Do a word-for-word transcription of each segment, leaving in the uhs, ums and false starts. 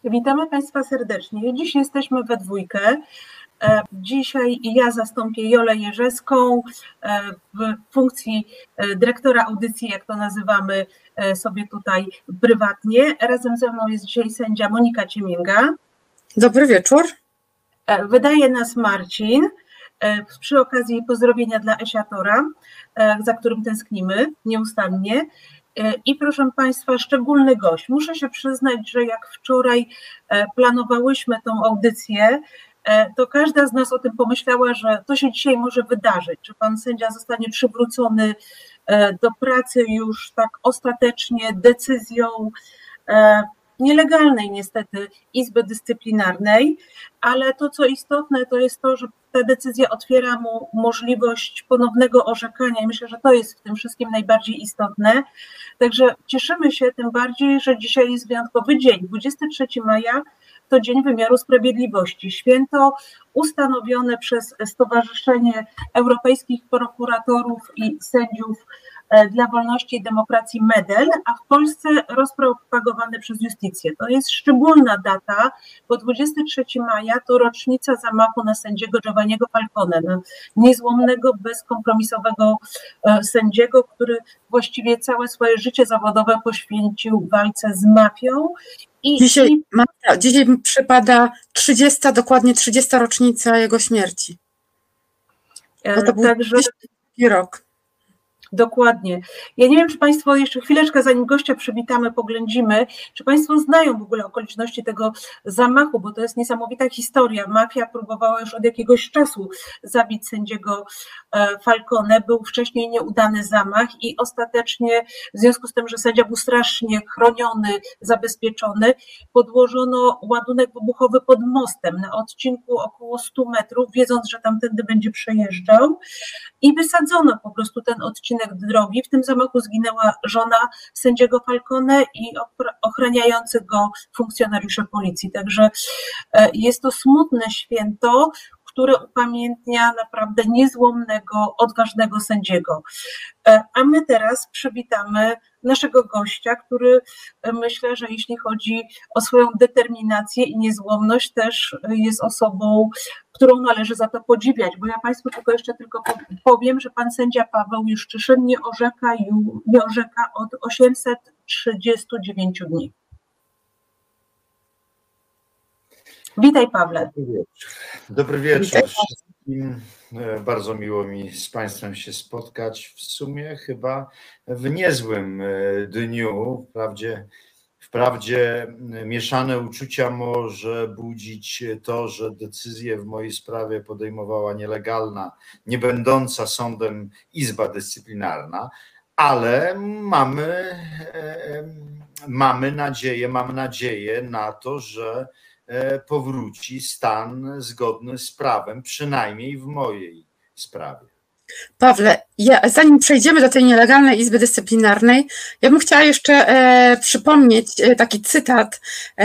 Witamy Państwa serdecznie. Dziś jesteśmy we dwójkę. Dzisiaj ja zastąpię Jolę Jerzewską w funkcji dyrektora audycji, jak to nazywamy sobie tutaj prywatnie. Razem ze mną jest dzisiaj sędzia Monika Ciemięga. Dobry wieczór. Wydaje nas Marcin. Przy okazji pozdrowienia dla Esiatora, za którym tęsknimy nieustannie. I proszę Państwa, szczególny gość. Muszę się przyznać, że jak wczoraj planowałyśmy tą audycję, to każda z nas o tym pomyślała, że to się dzisiaj może wydarzyć, że pan sędzia zostanie przywrócony do pracy już tak ostatecznie decyzją nielegalnej niestety Izby Dyscyplinarnej, ale to co istotne to jest to, że ta decyzja otwiera mu możliwość ponownego orzekania i myślę, że to jest w tym wszystkim najbardziej istotne. Także cieszymy się tym bardziej, że dzisiaj jest wyjątkowy dzień. dwudziestego trzeciego maja to Dzień Wymiaru Sprawiedliwości. Święto ustanowione przez Stowarzyszenie Europejskich Prokuratorów i Sędziów dla Wolności i Demokracji MEDEL, a w Polsce rozpropagowane przez Justicję. To jest szczególna data, bo dwudziestego trzeciego maja to rocznica zamachu na sędziego Giovanniego Falcone, na niezłomnego, bezkompromisowego sędziego, który właściwie całe swoje życie zawodowe poświęcił walce z mafią. I dzisiaj, Marta, dzisiaj przypada trzydziesta, dokładnie trzydziesta rocznica jego śmierci. Bo to był Także rok. Dokładnie. Ja nie wiem, czy Państwo, jeszcze chwileczkę, zanim gościa przywitamy, poględzimy, czy Państwo znają w ogóle okoliczności tego zamachu, bo to jest niesamowita historia. Mafia próbowała już od jakiegoś czasu zabić sędziego Falcone. Był wcześniej nieudany zamach i ostatecznie w związku z tym, że sędzia był strasznie chroniony, zabezpieczony, podłożono ładunek wybuchowy pod mostem na odcinku około stu metrów, wiedząc, że tamtędy będzie przejeżdżał i wysadzono po prostu ten odcinek drogi. W tym zamachu zginęła żona sędziego Falcone i ochraniający go funkcjonariusze policji. Także jest to smutne święto, które upamiętnia naprawdę niezłomnego, odważnego sędziego. A my teraz przywitamy naszego gościa, który myślę, że jeśli chodzi o swoją determinację i niezłomność, też jest osobą, którą należy za to podziwiać, bo ja Państwu tylko jeszcze tylko powiem, że pan sędzia Paweł Juszczyszyn nie orzeka, nie orzeka od osiemset trzydziestu dziewięciu dni. Witaj, Pawle. Dobry wieczór. Dobry wieczór wszystkim. Bardzo miło mi z Państwem się spotkać. W sumie chyba w niezłym dniu. Wprawdzie, wprawdzie mieszane uczucia może budzić to, że decyzję w mojej sprawie podejmowała nielegalna, nie będąca sądem Izba Dyscyplinarna, ale mamy, mamy nadzieję, mam nadzieję na to, że powróci stan zgodny z prawem, przynajmniej w mojej sprawie. Pawle, ja, zanim przejdziemy do tej nielegalnej Izby Dyscyplinarnej, ja bym chciała jeszcze e, przypomnieć e, taki cytat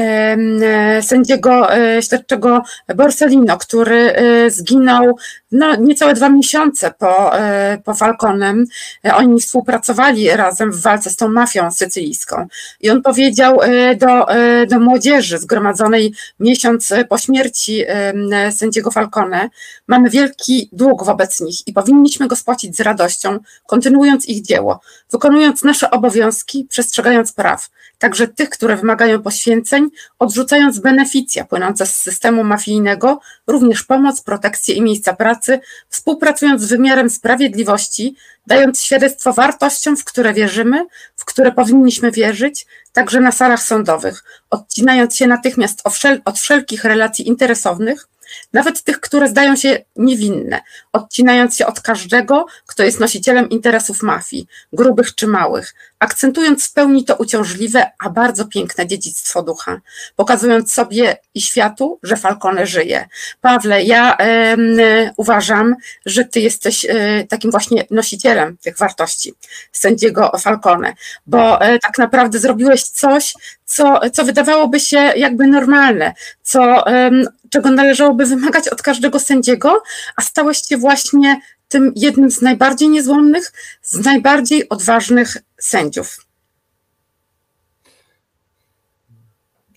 e, sędziego e, śledczego Borsellino, który e, zginął no, niecałe dwa miesiące po, e, po Falconem. E, oni współpracowali razem w walce z tą mafią sycylijską. I on powiedział e, do, e, do młodzieży zgromadzonej miesiąc po śmierci e, sędziego Falcone: mamy wielki dług wobec nich i powinniśmy go spłacić z radością, kontynuując ich dzieło, wykonując nasze obowiązki, przestrzegając praw, także tych, które wymagają poświęceń, odrzucając beneficja płynące z systemu mafijnego, również pomoc, protekcję i miejsca pracy, współpracując z wymiarem sprawiedliwości, dając świadectwo wartościom, w które wierzymy, w które powinniśmy wierzyć, także na salach sądowych, odcinając się natychmiast od wszelkich relacji interesownych, nawet tych, które zdają się niewinne, odcinając się od każdego, kto jest nosicielem interesów mafii, grubych czy małych, akcentując w pełni to uciążliwe, a bardzo piękne dziedzictwo ducha, pokazując sobie i światu, że Falcone żyje. Pawle, ja e, uważam, że ty jesteś e, takim właśnie nosicielem tych wartości sędziego Falcone, bo e, tak naprawdę zrobiłeś coś, co, co wydawałoby się jakby normalne, co, e, czego należałoby wymagać od każdego sędziego, a stałeś się właśnie tym jednym z najbardziej niezłomnych, z najbardziej odważnych sędziów.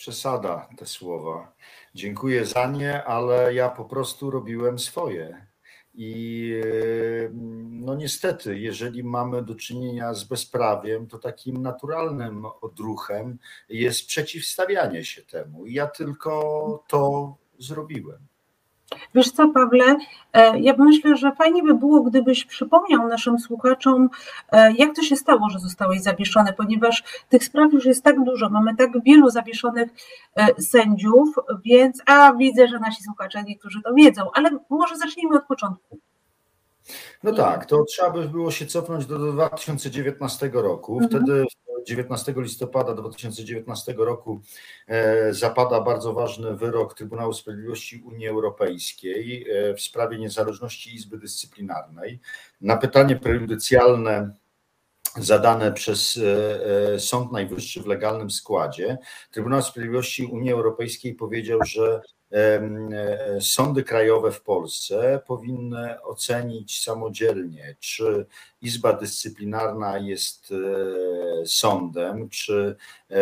przesada te słowa. Dziękuję za nie, ale ja po prostu robiłem swoje. I no niestety, jeżeli mamy do czynienia z bezprawiem, to takim naturalnym odruchem jest przeciwstawianie się temu. I ja tylko to zrobiłem. Wiesz co, Pawle, ja myślę, że fajnie by było, gdybyś przypomniał naszym słuchaczom, jak to się stało, że zostałeś zawieszony, ponieważ tych spraw już jest tak dużo, mamy tak wielu zawieszonych sędziów, więc, a widzę, że nasi słuchacze niektórzy to wiedzą, ale może zacznijmy od początku. No tak, to trzeba by było się cofnąć do dwa tysiące dziewiętnasztego roku. Wtedy dziewiętnastego listopada dwa tysiące dziewiętnastego roku zapada bardzo ważny wyrok Trybunału Sprawiedliwości Unii Europejskiej w sprawie niezależności Izby Dyscyplinarnej. Na pytanie prejudycjalne zadane przez Sąd Najwyższy w legalnym składzie Trybunał Sprawiedliwości Unii Europejskiej powiedział, że sądy krajowe w Polsce powinny ocenić samodzielnie, czy Izba Dyscyplinarna jest sądem, czy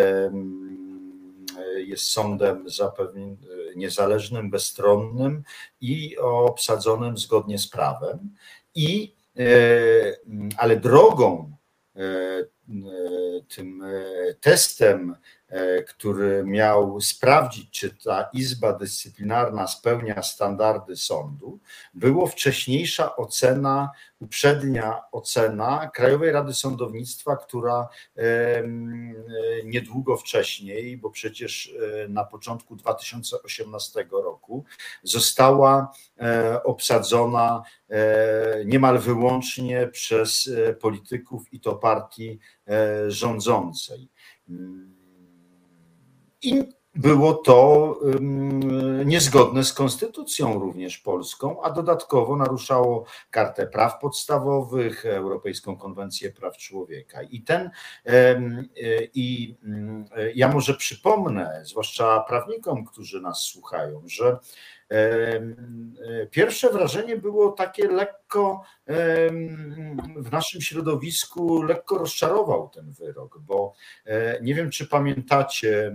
jest sądem zapewne niezależnym, bezstronnym i obsadzonym zgodnie z prawem. I, ale drogą, tym testem, który miał sprawdzić, czy ta Izba Dyscyplinarna spełnia standardy sądu, było wcześniejsza ocena, uprzednia ocena Krajowej Rady Sądownictwa, która niedługo wcześniej, bo przecież na początku dwa tysiące osiemnastego roku została obsadzona niemal wyłącznie przez polityków i to partii rządzącej. I było to niezgodne z konstytucją również polską, a dodatkowo naruszało Kartę Praw Podstawowych, Europejską Konwencję Praw Człowieka. I ten, i ja może przypomnę, zwłaszcza prawnikom, którzy nas słuchają, że pierwsze wrażenie było takie lekko, w naszym środowisku lekko rozczarował ten wyrok, bo nie wiem, czy pamiętacie,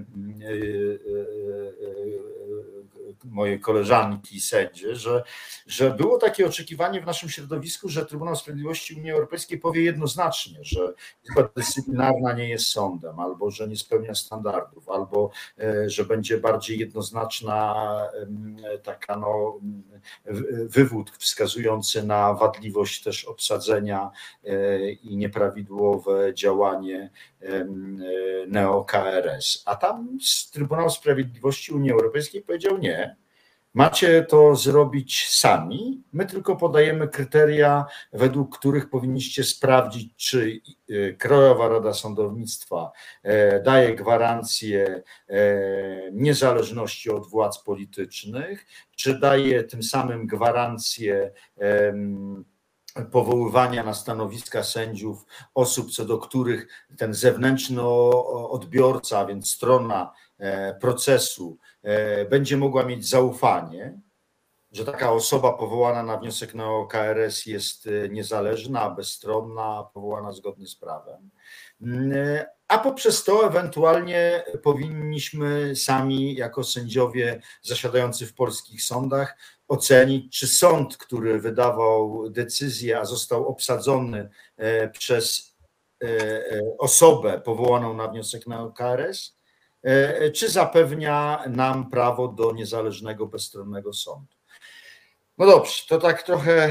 moje koleżanki sędzie, że, że było takie oczekiwanie w naszym środowisku, że Trybunał Sprawiedliwości Unii Europejskiej powie jednoznacznie, że Izba Dyscyplinarna nie jest sądem, albo że nie spełnia standardów, albo że będzie bardziej jednoznaczna taka no, wywód wskazujący na wadliwość też obsadzenia i nieprawidłowe działanie neo-K R S. A tam Trybunał Sprawiedliwości Unii Europejskiej powiedział nie. Macie to zrobić sami, my tylko podajemy kryteria, według których powinniście sprawdzić, czy Krajowa Rada Sądownictwa daje gwarancję niezależności od władz politycznych, czy daje tym samym gwarancję powoływania na stanowiska sędziów osób, co do których ten zewnętrzny odbiorca, a więc strona procesu, będzie mogła mieć zaufanie, że taka osoba powołana na wniosek neo-K R S jest niezależna, bezstronna, powołana zgodnie z prawem. A poprzez to ewentualnie powinniśmy sami jako sędziowie zasiadający w polskich sądach ocenić, czy sąd, który wydawał decyzję, a został obsadzony przez osobę powołaną na wniosek neo-K R S, czy zapewnia nam prawo do niezależnego, bezstronnego sądu. No dobrze, to tak trochę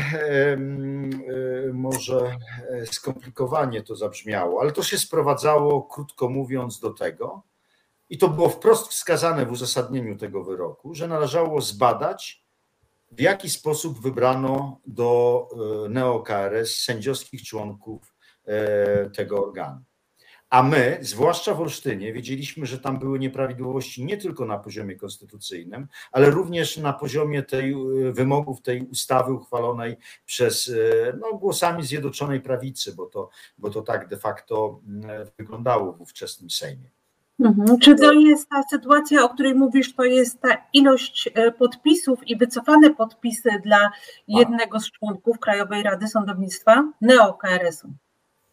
może skomplikowanie to zabrzmiało, ale to się sprowadzało, krótko mówiąc, do tego, i to było wprost wskazane w uzasadnieniu tego wyroku, że należało zbadać, w jaki sposób wybrano do neo-K R S sędziowskich członków tego organu. A my, zwłaszcza w Olsztynie, wiedzieliśmy, że tam były nieprawidłowości nie tylko na poziomie konstytucyjnym, ale również na poziomie tej wymogów tej ustawy uchwalonej przez no, głosami Zjednoczonej Prawicy, bo to, bo to tak de facto wyglądało w ówczesnym Sejmie. Mhm. Czy to jest ta sytuacja, o której mówisz, to jest ta ilość podpisów i wycofane podpisy dla jednego z członków Krajowej Rady Sądownictwa, neo-K R S-u?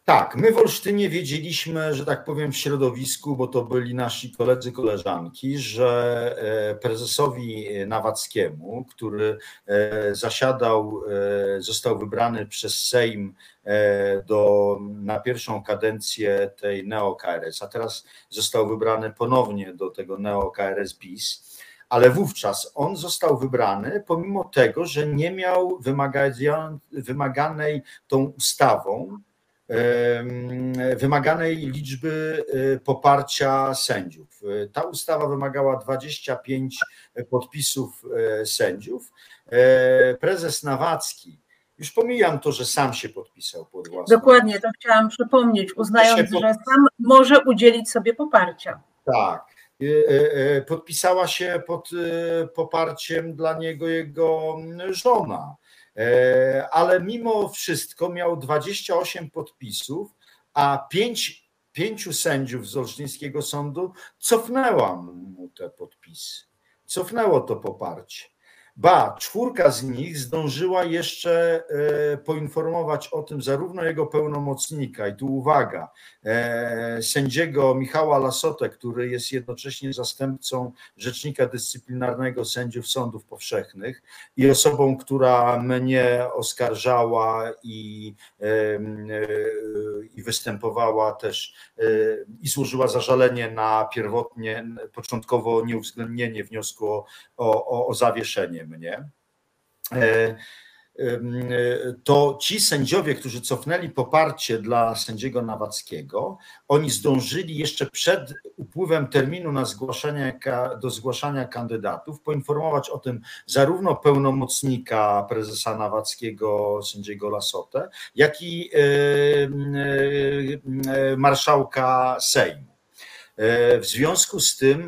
Tak, my w Olsztynie wiedzieliśmy, że tak powiem w środowisku, bo to byli nasi koledzy, koleżanki, że prezesowi Nawackiemu, który zasiadał, został wybrany przez Sejm do, na pierwszą kadencję tej neo-K R S, a teraz został wybrany ponownie do tego neo-K R S bis, ale wówczas on został wybrany pomimo tego, że nie miał wymaganej tą ustawą wymaganej liczby poparcia sędziów. Ta ustawa wymagała dwudziestu pięciu podpisów sędziów. Prezes Nawacki, już pomijam to, że sam się podpisał pod własną. Dokładnie, to chciałam przypomnieć, uznając, pod... że sam może udzielić sobie poparcia. Tak. Podpisała się pod poparciem dla niego jego żona. Ale mimo wszystko miał dwadzieścia osiem podpisów, a pięć, pięciu sędziów z Olsztyńskiego Sądu cofnęła mu te podpisy, cofnęło to poparcie. Ba, czwórka z nich zdążyła jeszcze poinformować o tym zarówno jego pełnomocnika, i tu uwaga, sędziego Michała Lassotę, który jest jednocześnie zastępcą rzecznika dyscyplinarnego sędziów sądów powszechnych i osobą, która mnie oskarżała i, i występowała też i złożyła zażalenie na pierwotnie, początkowo nieuwzględnienie wniosku o, o, o zawieszenie mnie, to ci sędziowie, którzy cofnęli poparcie dla sędziego Nawackiego, oni zdążyli jeszcze przed upływem terminu na zgłaszanie, do zgłaszania kandydatów poinformować o tym zarówno pełnomocnika prezesa Nawackiego, sędziego Lassotę, jak i marszałka Sejmu. W związku z tym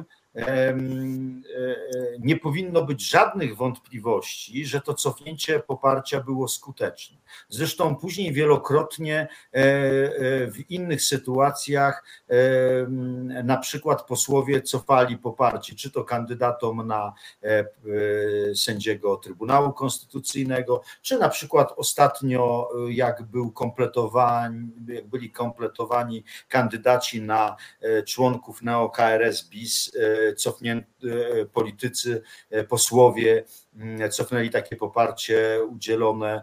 nie powinno być żadnych wątpliwości, że to cofnięcie poparcia było skuteczne. Zresztą później wielokrotnie w innych sytuacjach na przykład posłowie cofali poparcie, czy to kandydatom na sędziego Trybunału Konstytucyjnego, czy na przykład ostatnio jak był kompletowani, jak byli kompletowani kandydaci na członków neo-K R S bis, cofnięci politycy, posłowie cofnęli takie poparcie udzielone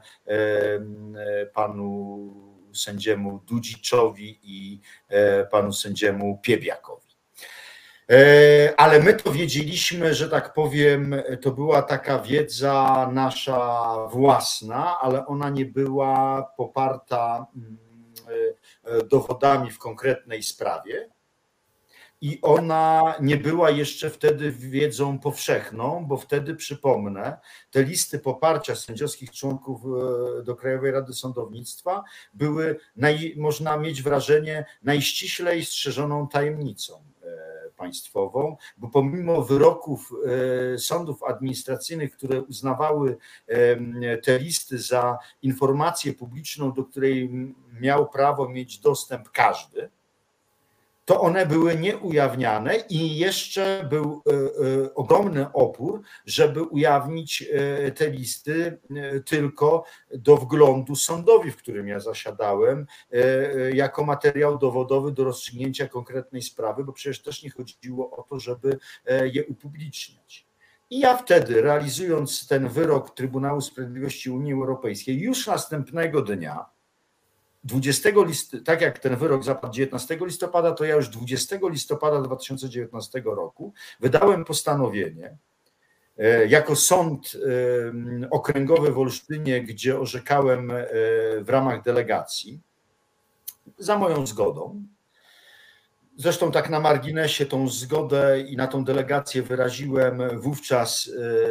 panu sędziemu Dudziczowi i panu sędziemu Piebiakowi. Ale my to wiedzieliśmy, że tak powiem, to była taka wiedza nasza własna, ale ona nie była poparta dowodami w konkretnej sprawie. I ona nie była jeszcze wtedy wiedzą powszechną, bo wtedy, przypomnę, te listy poparcia sędziowskich członków do Krajowej Rady Sądownictwa były, naj, można mieć wrażenie, najściślej strzeżoną tajemnicą państwową, bo pomimo wyroków sądów administracyjnych, które uznawały te listy za informację publiczną, do której miał prawo mieć dostęp każdy, to one były nieujawniane i jeszcze był ogromny opór, żeby ujawnić te listy tylko do wglądu sądowi, w którym ja zasiadałem, jako materiał dowodowy do rozstrzygnięcia konkretnej sprawy, bo przecież też nie chodziło o to, żeby je upubliczniać. I ja wtedy, realizując ten wyrok Trybunału Sprawiedliwości Unii Europejskiej, już następnego dnia, dwudziestego listopada, tak jak ten wyrok zapadł dziewiętnastego listopada, to ja już dwudziestego listopada dwa tysiące dziewiętnastego roku wydałem postanowienie jako sąd okręgowy w Olsztynie, gdzie orzekałem w ramach delegacji, za moją zgodą. Zresztą tak na marginesie tą zgodę i na tą delegację wyraziłem wówczas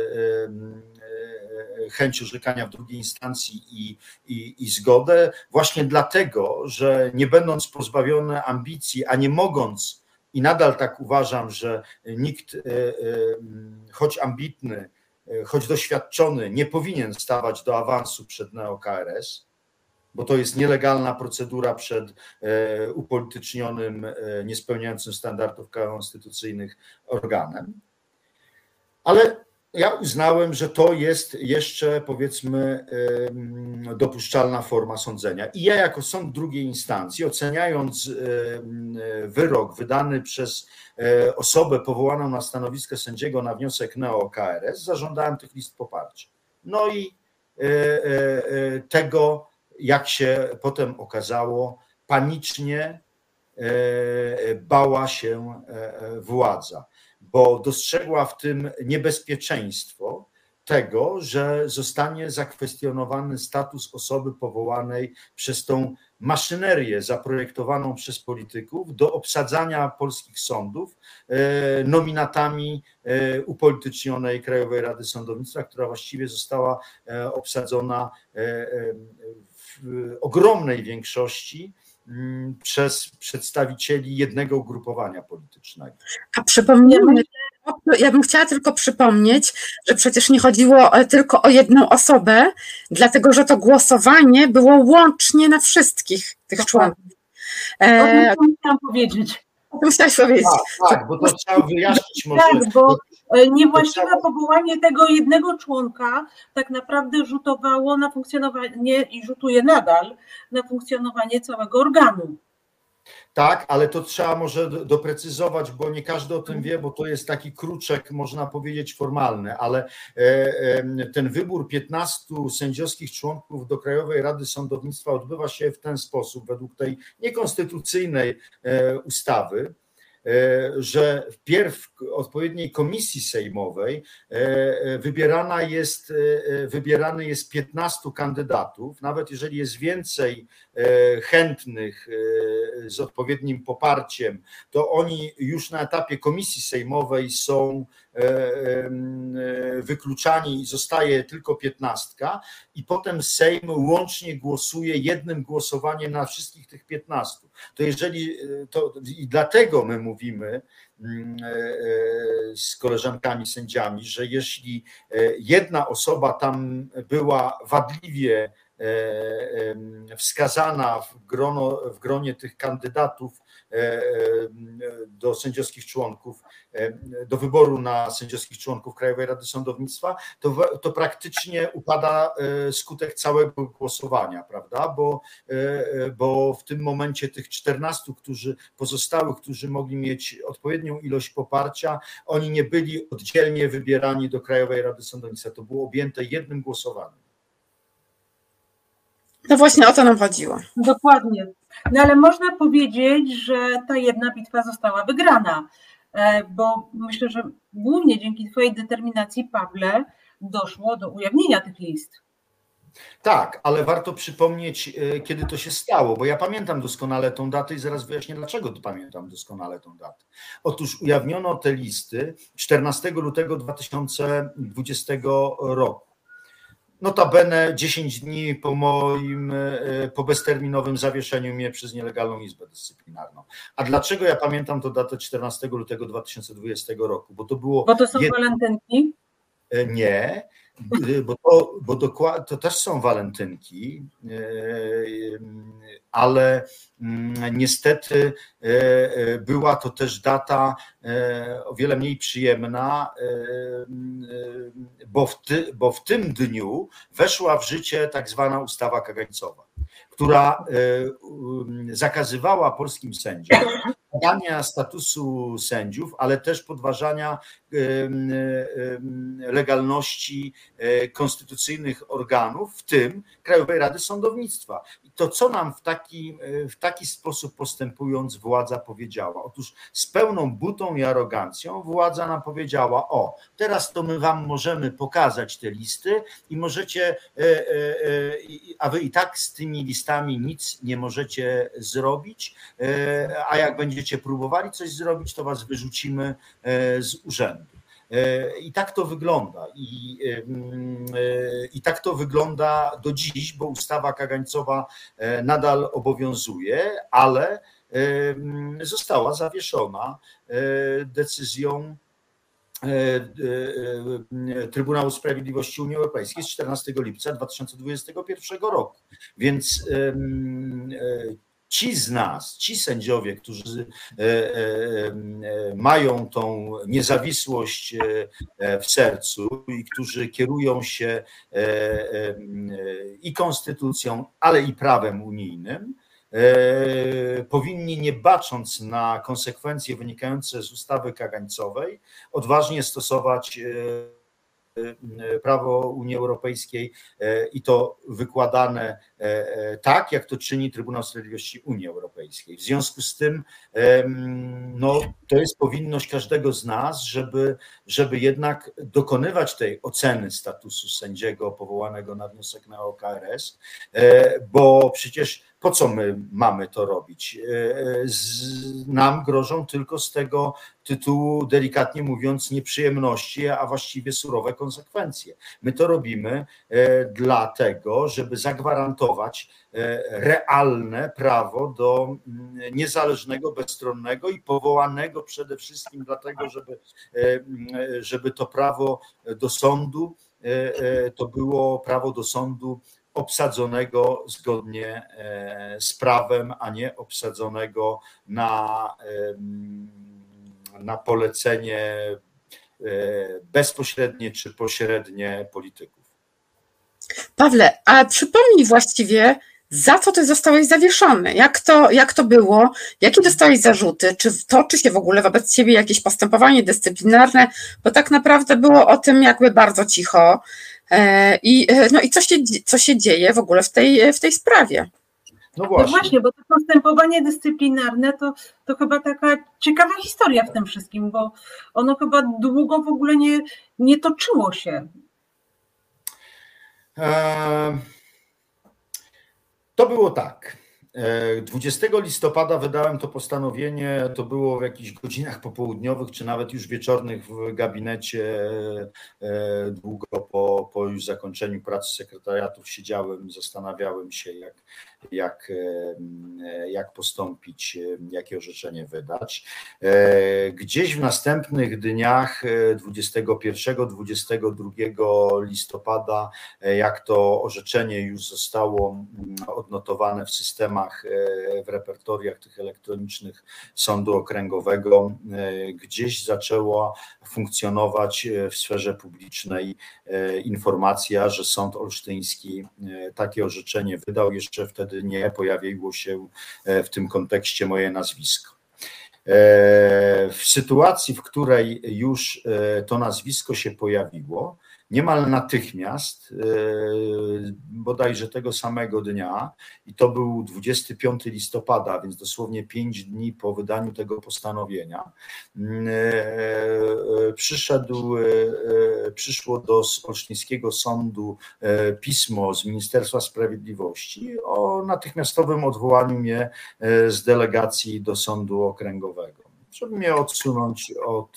chęć orzekania w drugiej instancji i, i, i zgodę, właśnie dlatego, że nie będąc pozbawiony ambicji, a nie mogąc, i nadal tak uważam, że nikt, choć ambitny, choć doświadczony, nie powinien stawać do awansu przed neo-K R S, bo to jest nielegalna procedura przed upolitycznionym, niespełniającym standardów konstytucyjnych organem. Ale ja uznałem, że to jest jeszcze, powiedzmy, dopuszczalna forma sądzenia. I ja jako sąd drugiej instancji, oceniając wyrok wydany przez osobę powołaną na stanowisko sędziego na wniosek Neo-K R S, zażądałem tych list poparcia. No i tego, jak się potem okazało, panicznie bała się władza, bo dostrzegła w tym niebezpieczeństwo tego, że zostanie zakwestionowany status osoby powołanej przez tą maszynerię zaprojektowaną przez polityków do obsadzania polskich sądów nominatami upolitycznionej Krajowej Rady Sądownictwa, która właściwie została obsadzona w ogromnej większości przez przedstawicieli jednego ugrupowania politycznego. A przypomnijmy, ja bym chciała tylko przypomnieć, że przecież nie chodziło tylko o jedną osobę, dlatego że to głosowanie było łącznie na wszystkich tych członków. E, o tym chciałam powiedzieć. O tym chciałaś powiedzieć. Tak, tak, bo to trzeba wyjaśnić może. Tak, bo niewłaściwe powołanie tego jednego członka tak naprawdę rzutowało na funkcjonowanie i rzutuje nadal na funkcjonowanie całego organu. Tak, ale to trzeba może doprecyzować, bo nie każdy o tym wie, bo to jest taki kruczek, można powiedzieć, formalny, ale ten wybór piętnastu sędziowskich członków do Krajowej Rady Sądownictwa odbywa się w ten sposób, według tej niekonstytucyjnej ustawy, że wpierw odpowiedniej komisji sejmowej wybierana jest, wybierany jest piętnastu kandydatów, nawet jeżeli jest więcej chętnych z odpowiednim poparciem, to oni już na etapie komisji sejmowej są wykluczani i zostaje tylko piętnastka i potem Sejm łącznie głosuje jednym głosowaniem na wszystkich tych piętnastu. To jeżeli, to i dlatego my mówimy z koleżankami sędziami, że jeśli jedna osoba tam była wadliwie wskazana w, grono, w gronie tych kandydatów do sędziowskich członków, do wyboru na sędziowskich członków Krajowej Rady Sądownictwa, to, to praktycznie upada skutek całego głosowania, prawda? Bo, bo w tym momencie tych czternastu, którzy pozostałych, którzy mogli mieć odpowiednią ilość poparcia, oni nie byli oddzielnie wybierani do Krajowej Rady Sądownictwa. To było objęte jednym głosowaniem. No właśnie o to nam chodziło. Dokładnie. No ale można powiedzieć, że ta jedna bitwa została wygrana, bo myślę, że głównie dzięki twojej determinacji, Pawle, doszło do ujawnienia tych list. Tak, ale warto przypomnieć, kiedy to się stało, bo ja pamiętam doskonale tą datę i zaraz wyjaśnię, dlaczego pamiętam doskonale tą datę. Otóż ujawniono te listy czternastego lutego dwa tysiące dwudziestego roku. Notabene dziesięć dni po moim, po bezterminowym zawieszeniu mnie przez nielegalną Izbę Dyscyplinarną. A dlaczego ja pamiętam tę datę czternastego lutego dwa tysiące dwudziestego roku? Bo to było... Bo to są jed... walentynki? Nie, bo, to, bo dokładnie, to też są walentynki, ale niestety była to też data o wiele mniej przyjemna, bo w, ty, bo w tym dniu weszła w życie tak zwana ustawa kagańcowa, która zakazywała polskim sędziom podważania statusu sędziów, ale też podważania legalności konstytucyjnych organów, w tym Krajowej Rady Sądownictwa. I to, co nam w taki, w taki sposób postępując władza powiedziała? Otóż z pełną butą i arogancją władza nam powiedziała: o, teraz to my wam możemy pokazać te listy i możecie, a wy i tak z tymi listami nic nie możecie zrobić, a jak będziecie próbowali coś zrobić, to was wyrzucimy z urzędu. I tak to wygląda. I, I tak to wygląda do dziś, bo ustawa kagańcowa nadal obowiązuje, ale została zawieszona decyzją Trybunału Sprawiedliwości Unii Europejskiej z czternastego lipca dwa tysiące dwudziestego pierwszego roku. Więc ci z nas, ci sędziowie, którzy mają tą niezawisłość w sercu i którzy kierują się i konstytucją, ale i prawem unijnym, powinni, nie bacząc na konsekwencje wynikające z ustawy kagańcowej, odważnie stosować prawo Unii Europejskiej i to wykładane tak, jak to czyni Trybunał Sprawiedliwości Unii Europejskiej. W związku z tym no, to jest powinność każdego z nas, żeby, żeby jednak dokonywać tej oceny statusu sędziego powołanego na wniosek N E O K R S, bo przecież po co my mamy to robić? Nam grożą tylko z tego tytułu, delikatnie mówiąc, nieprzyjemności, a właściwie surowe konsekwencje. My to robimy dlatego, żeby zagwarantować realne prawo do niezależnego, bezstronnego i powołanego przede wszystkim dlatego, żeby, żeby to prawo do sądu, to było prawo do sądu obsadzonego zgodnie z prawem, a nie obsadzonego na, na polecenie bezpośrednie czy pośrednie polityków. Pawle, a przypomnij właściwie, za co ty zostałeś zawieszony? Jak to, jak to było? Jakie dostałeś zarzuty? Czy toczy się w ogóle wobec ciebie jakieś postępowanie dyscyplinarne? Bo tak naprawdę było o tym jakby bardzo cicho. I, no i co się, co się dzieje w ogóle w tej, w tej sprawie? No właśnie. No właśnie, bo to postępowanie dyscyplinarne to, to chyba taka ciekawa historia w tym wszystkim, bo ono chyba długo w ogóle nie, nie toczyło się. To było tak. dwudziestego listopada wydałem to postanowienie, to było w jakichś godzinach popołudniowych, czy nawet już wieczornych w gabinecie, długo po, po już zakończeniu pracy sekretariatów siedziałem, zastanawiałem się, jak, jak, jak postąpić, jakie orzeczenie wydać. Gdzieś w następnych dniach dwudziestego pierwszego dwudziestego drugiego listopada, jak to orzeczenie już zostało odnotowane w systemach, w repertoriach tych elektronicznych Sądu Okręgowego, gdzieś zaczęła funkcjonować w sferze publicznej informacja, że Sąd Olsztyński takie orzeczenie wydał. Jeszcze wtedy nie pojawiło się w tym kontekście moje nazwisko. W sytuacji, w której już to nazwisko się pojawiło, niemal natychmiast, bodajże tego samego dnia, i to był dwudziestego piątego listopada, więc dosłownie pięć dni po wydaniu tego postanowienia, przyszedł, przyszło do Olsztyńskiego Sądu pismo z Ministerstwa Sprawiedliwości o natychmiastowym odwołaniu mnie z delegacji do Sądu Okręgowego, żeby mnie odsunąć od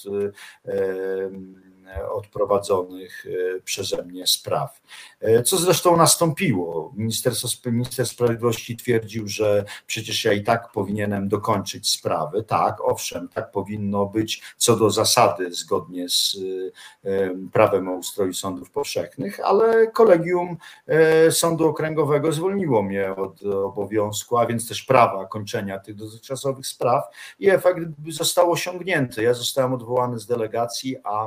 od prowadzonych przeze mnie spraw. Co zresztą nastąpiło. Ministerstwo, minister Sprawiedliwości twierdził, że przecież ja i tak powinienem dokończyć sprawy. Tak, owszem, tak powinno być co do zasady, zgodnie z prawem o ustroju sądów powszechnych, ale kolegium Sądu Okręgowego zwolniło mnie od obowiązku, a więc też prawa kończenia tych dotychczasowych spraw, i efekt został osiągnięty. Ja zostałem odwołany z delegacji, a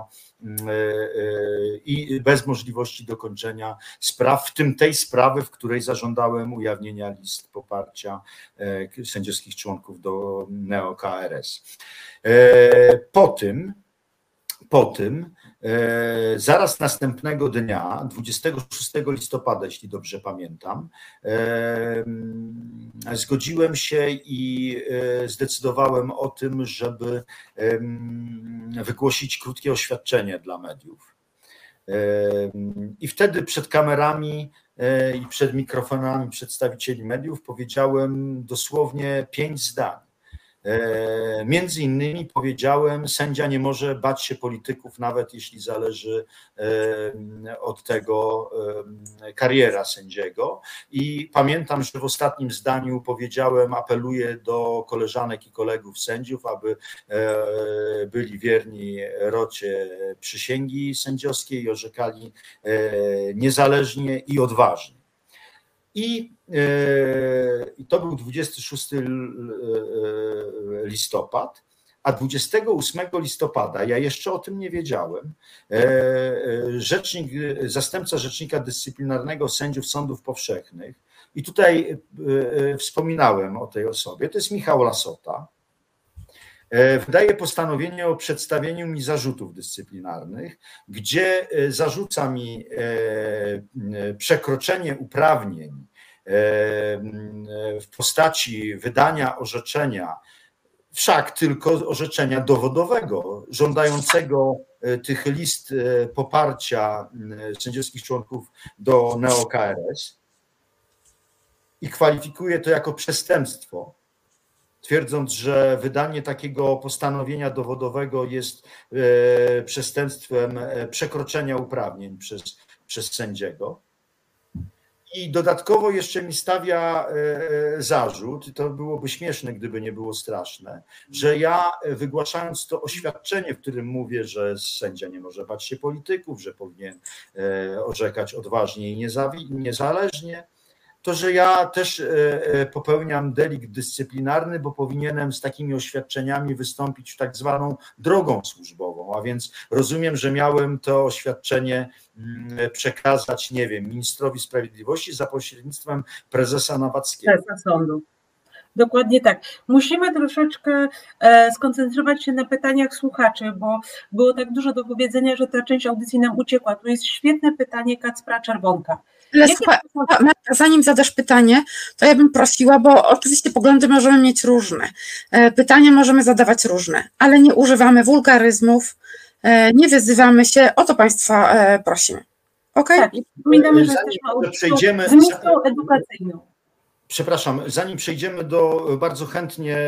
i bez możliwości dokończenia spraw, w tym tej sprawy, w której zażądałem ujawnienia list poparcia sędziowskich członków do N E O K R S. Po tym, po tym zaraz następnego dnia, dwudziestego szóstego listopada, jeśli dobrze pamiętam, zgodziłem się i zdecydowałem o tym, żeby wygłosić krótkie oświadczenie dla mediów. I wtedy przed kamerami i przed mikrofonami przedstawicieli mediów powiedziałem dosłownie pięć zdań. Między innymi powiedziałem, sędzia nie może bać się polityków, nawet jeśli zależy od tego kariera sędziego. I pamiętam, że w ostatnim zdaniu powiedziałem, apeluję do koleżanek i kolegów sędziów, aby byli wierni rocie przysięgi sędziowskiej i orzekali niezależnie i odważnie. I i to był dwudziestego szóstego listopad, a dwudziestego ósmego listopada, ja jeszcze o tym nie wiedziałem, rzecznik, zastępca rzecznika dyscyplinarnego sędziów sądów powszechnych, i tutaj wspominałem o tej osobie, to jest Michał Lasota, wydaje postanowienie o przedstawieniu mi zarzutów dyscyplinarnych, gdzie zarzuca mi przekroczenie uprawnień w postaci wydania orzeczenia, wszak tylko orzeczenia dowodowego, żądającego tych list poparcia sędziowskich członków do neo-K R S i kwalifikuje to jako przestępstwo, twierdząc, że wydanie takiego postanowienia dowodowego jest przestępstwem przekroczenia uprawnień przez, przez sędziego. I dodatkowo jeszcze mi stawia zarzut, to byłoby śmieszne, gdyby nie było straszne, że ja wygłaszając to oświadczenie, w którym mówię, że sędzia nie może bać się polityków, że powinien orzekać odważnie i niezależnie, to, że ja też popełniam delikt dyscyplinarny, bo powinienem z takimi oświadczeniami wystąpić tak zwaną drogą służbową, a więc rozumiem, że miałem to oświadczenie przekazać, nie wiem, ministrowi sprawiedliwości za pośrednictwem prezesa Nawackiego. Prezesa sądu. Dokładnie tak. Musimy troszeczkę skoncentrować się na pytaniach słuchaczy, bo było tak dużo do powiedzenia, że ta część audycji nam uciekła. Tu jest świetne pytanie Kacpra Czerwonka. Ale słuchaj, Marta, zanim zadasz pytanie, to ja bym prosiła, bo oczywiście poglądy możemy mieć różne, pytania możemy zadawać różne, ale nie używamy wulgaryzmów, nie wyzywamy się, o to Państwa prosimy. Okay? Tak, i przypominamy, że jesteśmy audycją z misją edukacyjną. Przepraszam, zanim przejdziemy do, bardzo chętnie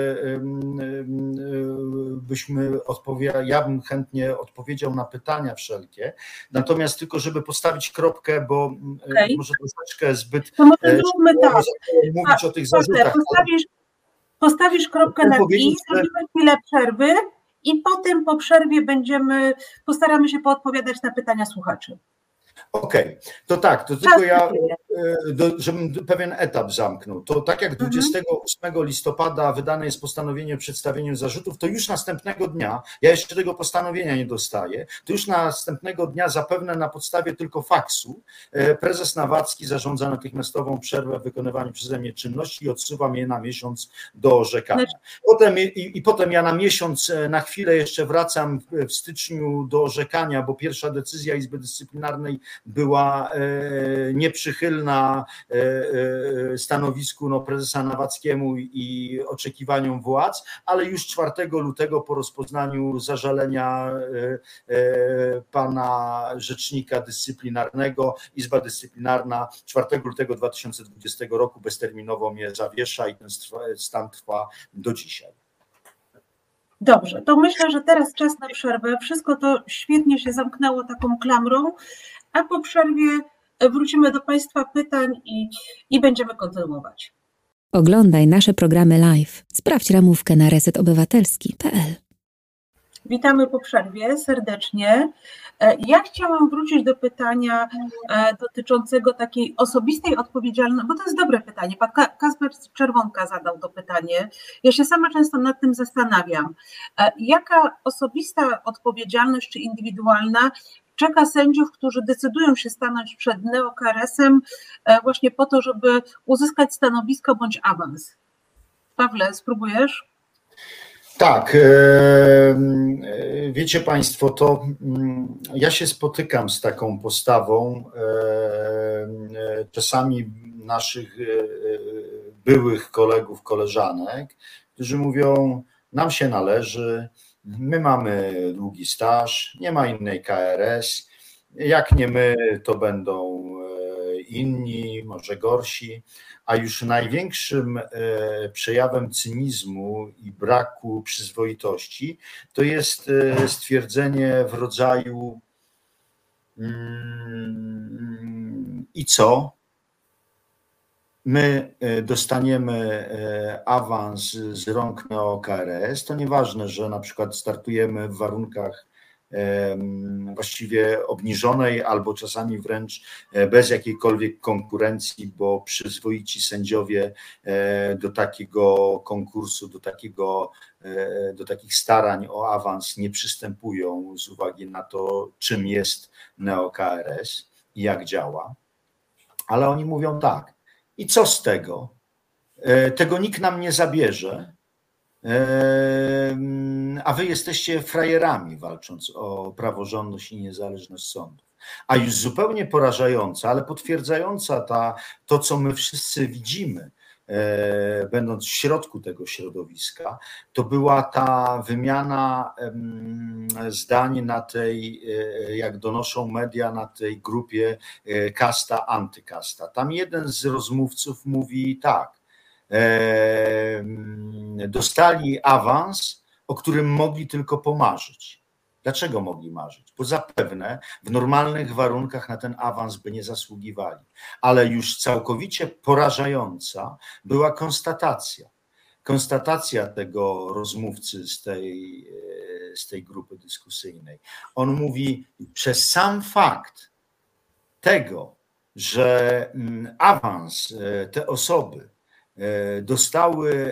byśmy odpowiedzieli, ja bym chętnie odpowiedział na pytania wszelkie, natomiast tylko żeby postawić kropkę, bo okay. może troszeczkę zbyt to może zróbmy tak. mówić A, o tych zarzutach. Postawisz, postawisz kropkę na i, zrobimy chwilę przerwy i potem po przerwie będziemy, postaramy się poodpowiadać na pytania słuchaczy. Okej, okay. To tak, to tylko ja, żebym pewien etap zamknął. To tak jak dwudziestego ósmego listopada wydane jest postanowienie o przedstawieniu zarzutów, to już następnego dnia, ja jeszcze tego postanowienia nie dostaję, to już następnego dnia zapewne na podstawie tylko faksu prezes Nawacki zarządza natychmiastową przerwę w wykonywaniu przeze mnie czynności i odsuwa mnie na miesiąc do orzekania. Potem, i, i potem ja na miesiąc, na chwilę jeszcze wracam w styczniu do orzekania, bo pierwsza decyzja Izby Dyscyplinarnej była nieprzychylna stanowisku no, prezesa Nawackiemu i oczekiwaniom władz, ale już czwartego lutego po rozpoznaniu zażalenia pana rzecznika dyscyplinarnego, Izba Dyscyplinarna czwartego lutego dwa tysiące dwudziestego roku bezterminowo mnie zawiesza i ten stan trwa do dzisiaj. Dobrze, to myślę, że teraz czas na przerwę. Wszystko to świetnie się zamknęło taką klamrą, a po przerwie wrócimy do Państwa pytań i, i będziemy kontynuować. Oglądaj nasze programy live. Sprawdź ramówkę na reset obywatelski kropka p l. Witamy po przerwie serdecznie. Ja chciałam wrócić do pytania dotyczącego takiej osobistej odpowiedzialności, bo to jest dobre pytanie. Pan Kacper Czerwonka zadał to pytanie. Ja się sama często nad tym zastanawiam. Jaka osobista odpowiedzialność czy indywidualna czeka sędziów, którzy decydują się stanąć przed neo-K R S-em właśnie po to, żeby uzyskać stanowisko bądź awans? Pawle, spróbujesz? Tak, wiecie Państwo, to ja się spotykam z taką postawą czasami naszych byłych kolegów, koleżanek, którzy mówią, nam się należy, my mamy długi staż, nie ma innej K R S, jak nie my, to będą inni, może gorsi, a już największym przejawem cynizmu i braku przyzwoitości to jest stwierdzenie w rodzaju i co? My dostaniemy awans z rąk neo-K R S, to nieważne, że na przykład startujemy w warunkach właściwie obniżonej albo czasami wręcz bez jakiejkolwiek konkurencji, bo przyzwoici sędziowie do takiego konkursu, do takiego, do takich starań o awans nie przystępują z uwagi na to, czym jest neo-K R S i jak działa. Ale oni mówią tak, i co z tego? Tego nikt nam nie zabierze, a wy jesteście frajerami, walcząc o praworządność i niezależność sądów. A już zupełnie porażająca, ale potwierdzająca ta, to, co my wszyscy widzimy, będąc w środku tego środowiska, to była ta wymiana zdań na tej, jak donoszą media, na tej grupie kasta, antykasta. Tam jeden z rozmówców mówi tak, dostali awans, o którym mogli tylko pomarzyć. Dlaczego mogli marzyć? Bo zapewne w normalnych warunkach na ten awans by nie zasługiwali. Ale już całkowicie porażająca była konstatacja. Konstatacja tego rozmówcy z tej, z tej grupy dyskusyjnej. On mówi, przez sam fakt tego, że awans te osoby dostały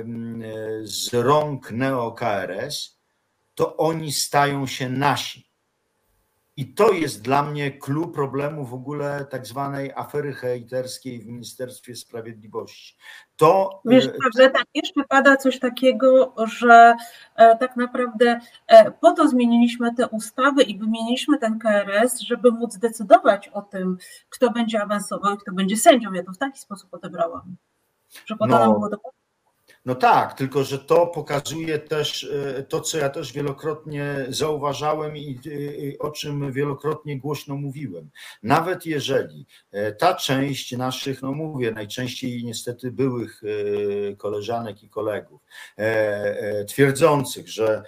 z rąk neo-K R S, to oni stają się nasi. I to jest dla mnie clou problemu w ogóle tak zwanej afery hejterskiej w Ministerstwie Sprawiedliwości. To... Wiesz, że tak jeszcze pada coś takiego, że tak naprawdę po to zmieniliśmy te ustawy i wymieniliśmy ten K R S, żeby móc decydować o tym, kto będzie awansował i kto będzie sędzią. Ja to w taki sposób odebrałam. Że po to nam było dokładnie. No tak, tylko że to pokazuje też to, co ja też wielokrotnie zauważałem i o czym wielokrotnie głośno mówiłem. Nawet jeżeli ta część naszych, no mówię, najczęściej niestety byłych koleżanek i kolegów, twierdzących, że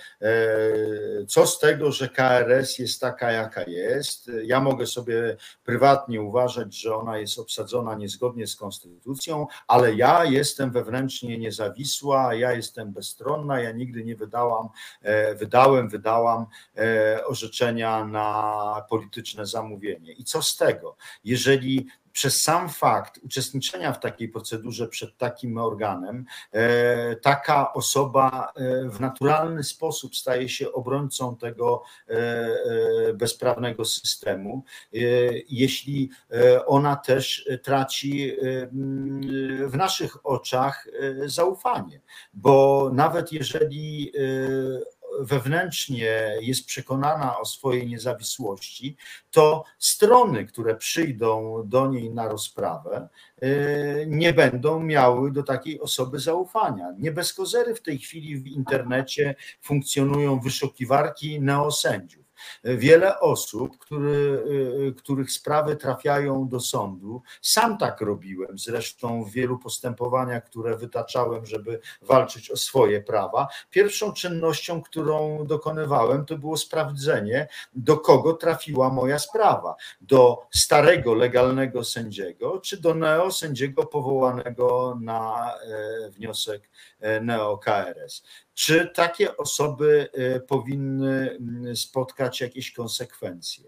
co z tego, że K R S jest taka, jaka jest, ja mogę sobie prywatnie uważać, że ona jest obsadzona niezgodnie z konstytucją, ale ja jestem wewnętrznie niezawisły, ja jestem bezstronna, ja nigdy nie wydałam, wydałem, wydałam orzeczenia na polityczne zamówienie. I co z tego, jeżeli przez sam fakt uczestniczenia w takiej procedurze przed takim organem taka osoba w naturalny sposób staje się obrońcą tego bezprawnego systemu, jeśli ona też traci w naszych oczach zaufanie, bo nawet jeżeli wewnętrznie jest przekonana o swojej niezawisłości, to strony, które przyjdą do niej na rozprawę, nie będą miały do takiej osoby zaufania. Nie bez kozery w tej chwili w internecie funkcjonują wyszukiwarki neosędziów. Wiele osób, który, których sprawy trafiają do sądu, sam tak robiłem, zresztą w wielu postępowaniach, które wytaczałem, żeby walczyć o swoje prawa, pierwszą czynnością, którą dokonywałem, to było sprawdzenie, do kogo trafiła moja sprawa. Do starego, legalnego sędziego, czy do neosędziego powołanego na wniosek neo-K R S. Czy takie osoby powinny spotkać jakieś konsekwencje?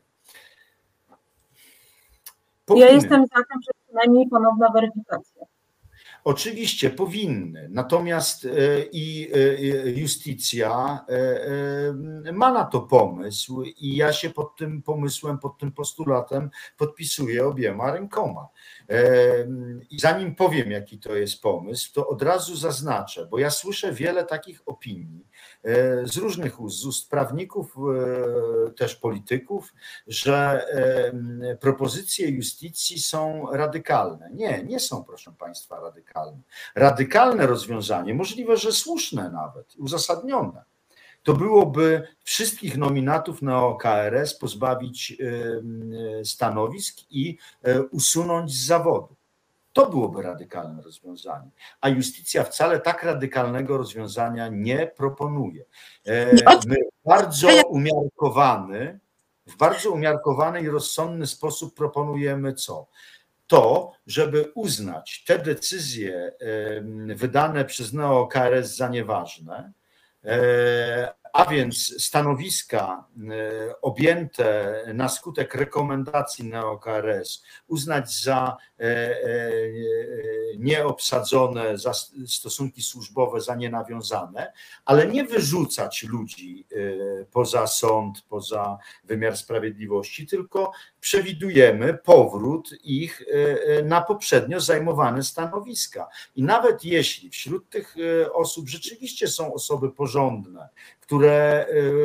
Powinny. Ja jestem za tym, że przynajmniej ponowna weryfikacja. Oczywiście powinny, natomiast i Justicja ma na to pomysł i ja się pod tym pomysłem, pod tym postulatem podpisuję obiema rękoma. I zanim powiem, jaki to jest pomysł, to od razu zaznaczę, bo ja słyszę wiele takich opinii z różnych ust, z ust prawników, też polityków, że propozycje Justicji są radykalne. Nie, nie są, proszę Państwa, radykalne. Radykalne rozwiązanie, możliwe, że słuszne nawet, uzasadnione, to byłoby wszystkich nominatów neo-K R S pozbawić stanowisk i usunąć z zawodu. To byłoby radykalne rozwiązanie. A Justicja wcale tak radykalnego rozwiązania nie proponuje. My bardzo umiarkowany, w bardzo umiarkowany i rozsądny sposób proponujemy co? To, żeby uznać te decyzje wydane przez neo-K R S za nieważne, a więc stanowiska objęte na skutek rekomendacji neo-K R S uznać za nieobsadzone, za stosunki służbowe za nienawiązane, ale nie wyrzucać ludzi poza sąd, poza wymiar sprawiedliwości, tylko przewidujemy powrót ich na poprzednio zajmowane stanowiska. I nawet jeśli wśród tych osób rzeczywiście są osoby porządne, które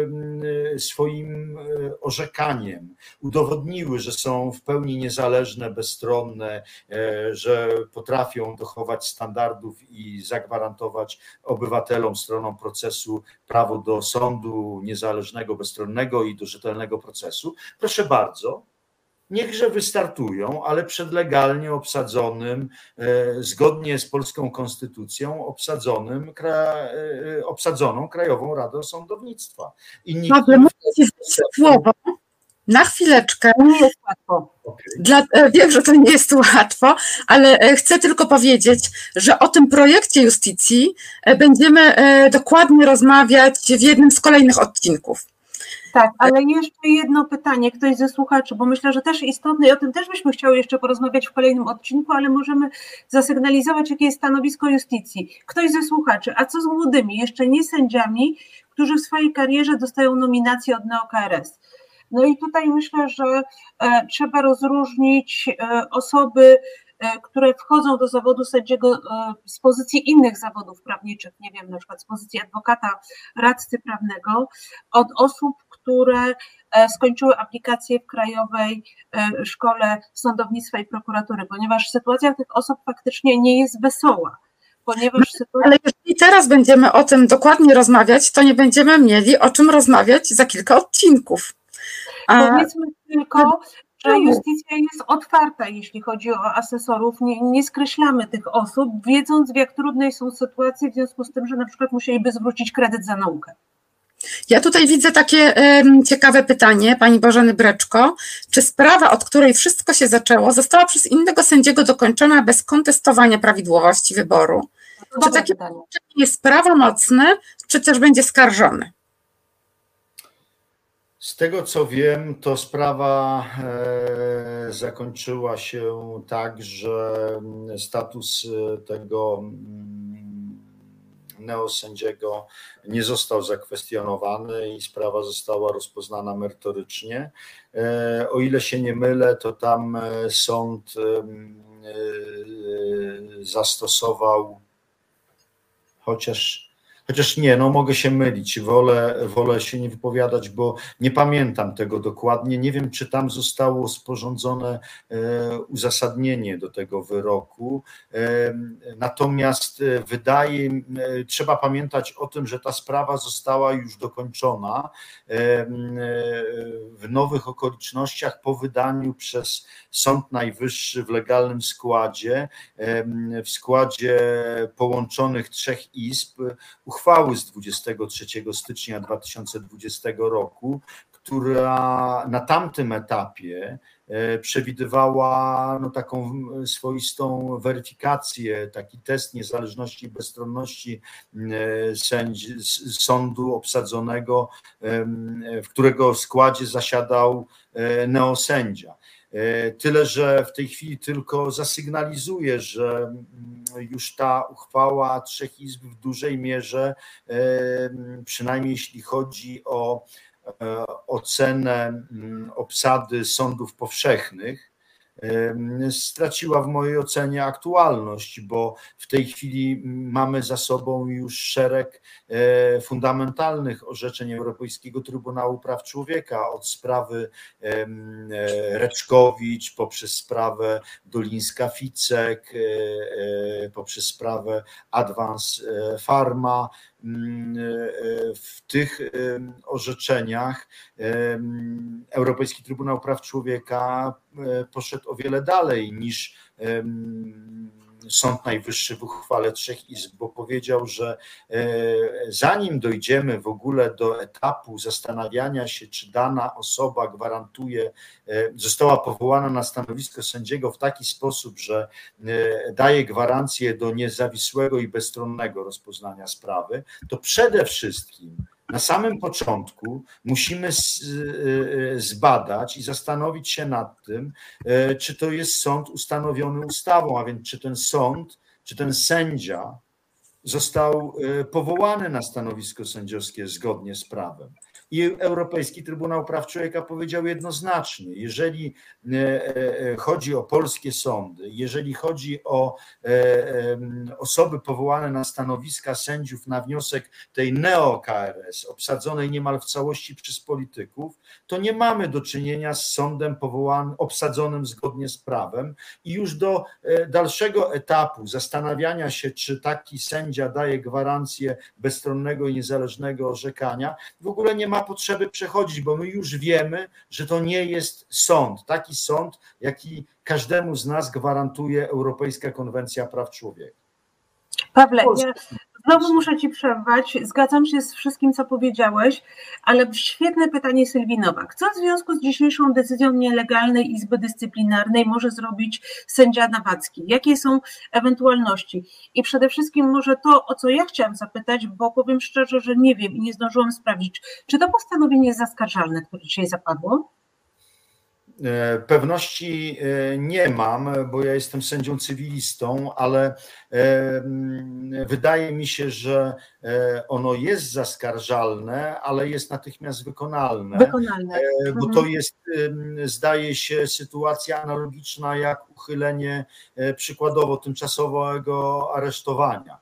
swoim orzekaniem udowodniły, że są w pełni niezależne, bezstronne, że potrafią dochować standardów i zagwarantować obywatelom, stronom procesu prawo do sądu niezależnego, bezstronnego i do rzetelnego procesu. Proszę bardzo, niechże wystartują, ale przed legalnie obsadzonym, zgodnie z polską konstytucją, obsadzonym, obsadzoną Krajową Radą Sądownictwa. I nikt Dobrze, muszę ci słowo. Na chwileczkę. Nie jest łatwo. Okay. Dla, wiem, że to nie jest łatwo, ale chcę tylko powiedzieć, że o tym projekcie Iustitii będziemy dokładnie rozmawiać w jednym z kolejnych odcinków. Tak, ale jeszcze jedno pytanie, ktoś ze słuchaczy, bo myślę, że też istotne i o tym też byśmy chciały jeszcze porozmawiać w kolejnym odcinku, ale możemy zasygnalizować, jakie jest stanowisko Iustitii. Ktoś ze słuchaczy, a co z młodymi, jeszcze nie sędziami, którzy w swojej karierze dostają nominację od neo-K R S? No i tutaj myślę, że e, trzeba rozróżnić e, osoby, e, które wchodzą do zawodu sędziego e, z pozycji innych zawodów prawniczych, nie wiem, na przykład z pozycji adwokata, radcy prawnego, od osób, które e, skończyły aplikację w Krajowej e, Szkole Sądownictwa i Prokuratury, ponieważ sytuacja tych osób faktycznie nie jest wesoła. Ponieważ sytuacja... Ale jeżeli teraz będziemy o tym dokładnie rozmawiać, to nie będziemy mieli o czym rozmawiać za kilka odcinków. A... Powiedzmy tylko, że Iustitia jest otwarta, jeśli chodzi o asesorów. Nie, nie skreślamy tych osób, wiedząc, w jak trudnej są sytuacje, w związku z tym, że na przykład musieliby zwrócić kredyt za naukę. Ja tutaj widzę takie um, ciekawe pytanie pani Bożeny Breczko. Czy sprawa, od której wszystko się zaczęło, została przez innego sędziego dokończona bez kontestowania prawidłowości wyboru? To czy takie pytanie jest prawomocne, czy też będzie skarżone? Z tego co wiem, to sprawa e, zakończyła się tak, że status tego neosędziego nie został zakwestionowany i sprawa została rozpoznana merytorycznie. E, o ile się nie mylę, to tam sąd e, zastosował, chociaż Chociaż nie, no mogę się mylić, wolę, wolę się nie wypowiadać, bo nie pamiętam tego dokładnie. Nie wiem, czy tam zostało sporządzone uzasadnienie do tego wyroku. Natomiast wydaje, trzeba pamiętać o tym, że ta sprawa została już dokończona w nowych okolicznościach po wydaniu przez Sąd Najwyższy w legalnym składzie, w składzie połączonych trzech izb, uchwały z dwudziestego trzeciego stycznia dwa tysiące dwudziestego roku, która na tamtym etapie przewidywała no, taką swoistą weryfikację, taki test niezależności i bezstronności sędzi, sądu obsadzonego, w którego składzie zasiadał neosędzia. Tyle, że w tej chwili tylko zasygnalizuję, że już ta uchwała trzech izb w dużej mierze, przynajmniej jeśli chodzi o ocenę obsady sądów powszechnych, straciła w mojej ocenie aktualność, bo w tej chwili mamy za sobą już szereg fundamentalnych orzeczeń Europejskiego Trybunału Praw Człowieka, od sprawy Reczkowicz, poprzez sprawę Dolińska-Ficek, poprzez sprawę Advance Pharma. W tych orzeczeniach Europejski Trybunał Praw Człowieka poszedł o wiele dalej niż Sąd Najwyższy w uchwale trzech izb, bo powiedział, że zanim dojdziemy w ogóle do etapu zastanawiania się, czy dana osoba gwarantuje, została powołana na stanowisko sędziego w taki sposób, że daje gwarancję do niezawisłego i bezstronnego rozpoznania sprawy, to przede wszystkim Na samym początku musimy zbadać i zastanowić się nad tym, czy to jest sąd ustanowiony ustawą, a więc czy ten sąd, czy ten sędzia został powołany na stanowisko sędziowskie zgodnie z prawem. I Europejski Trybunał Praw Człowieka powiedział jednoznacznie, jeżeli chodzi o polskie sądy, jeżeli chodzi o osoby powołane na stanowiska sędziów na wniosek tej neo-K R S, obsadzonej niemal w całości przez polityków, to nie mamy do czynienia z sądem powołanym, obsadzonym zgodnie z prawem i już do dalszego etapu zastanawiania się, czy taki sędzia daje gwarancję bezstronnego i niezależnego orzekania, w ogóle nie ma potrzeby przechodzić, bo my już wiemy, że to nie jest sąd, taki sąd, jaki każdemu z nas gwarantuje Europejska Konwencja Praw Człowieka. Pawle, ja znowu muszę Ci przerwać, zgadzam się z wszystkim, co powiedziałeś, ale świetne pytanie Sylwii Nowak. Co w związku z dzisiejszą decyzją nielegalnej Izby Dyscyplinarnej może zrobić sędzia Nawacki? Jakie są ewentualności? I przede wszystkim może to, o co ja chciałam zapytać, bo powiem szczerze, że nie wiem i nie zdążyłam sprawdzić, czy to postanowienie jest zaskarżalne, które dzisiaj zapadło? Pewności nie mam, bo ja jestem sędzią cywilistą, ale wydaje mi się, że ono jest zaskarżalne, ale jest natychmiast wykonalne. Wykonalne. Bo to jest, zdaje się, sytuacja analogiczna jak uchylenie przykładowo tymczasowego aresztowania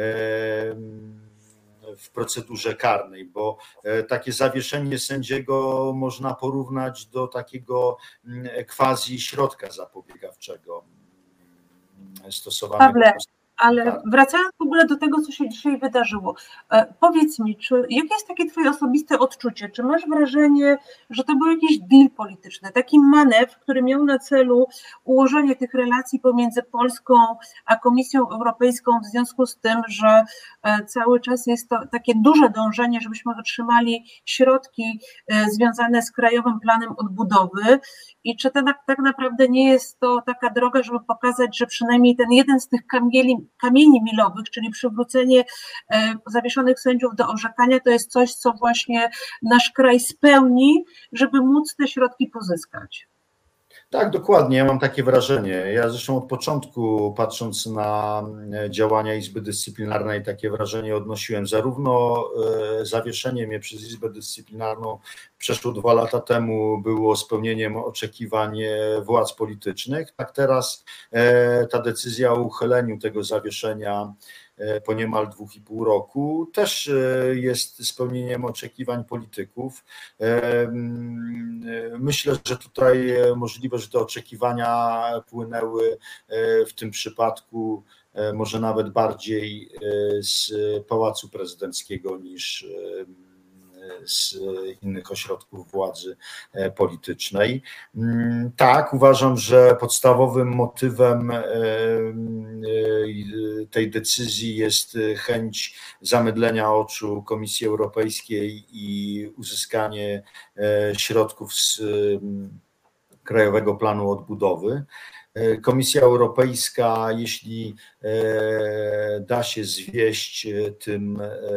w procedurze karnej, bo takie zawieszenie sędziego można porównać do takiego quasi środka zapobiegawczego stosowanego. Pawle, ale wracając w ogóle do tego, co się dzisiaj wydarzyło, powiedz mi, czy, jakie jest takie Twoje osobiste odczucie? Czy masz wrażenie, że to był jakiś deal polityczny, taki manewr, który miał na celu ułożenie tych relacji pomiędzy Polską a Komisją Europejską w związku z tym, że cały czas jest to takie duże dążenie, żebyśmy otrzymali środki związane z Krajowym Planem Odbudowy i czy to tak naprawdę nie jest to taka droga, żeby pokazać, że przynajmniej ten jeden z tych kamieni, kamieni milowych, czyli przywrócenie zawieszonych sędziów do orzekania, to jest coś, co właśnie nasz kraj spełni, żeby móc te środki pozyskać. Tak, dokładnie, ja mam takie wrażenie. Ja zresztą od początku, patrząc na działania Izby Dyscyplinarnej, takie wrażenie odnosiłem. Zarówno zawieszenie mnie przez Izbę Dyscyplinarną przeszło dwa lata temu było spełnieniem oczekiwań władz politycznych, tak teraz ta decyzja o uchyleniu tego zawieszenia po niemal dwóch i pół roku też jest spełnieniem oczekiwań polityków. Myślę, że tutaj możliwe, że te oczekiwania płynęły w tym przypadku może nawet bardziej z Pałacu Prezydenckiego niż z innych ośrodków władzy politycznej. Tak, uważam, że podstawowym motywem tej decyzji jest chęć zamydlenia oczu Komisji Europejskiej i uzyskanie środków z Krajowego Planu Odbudowy. Komisja Europejska, jeśli da się zwieść tym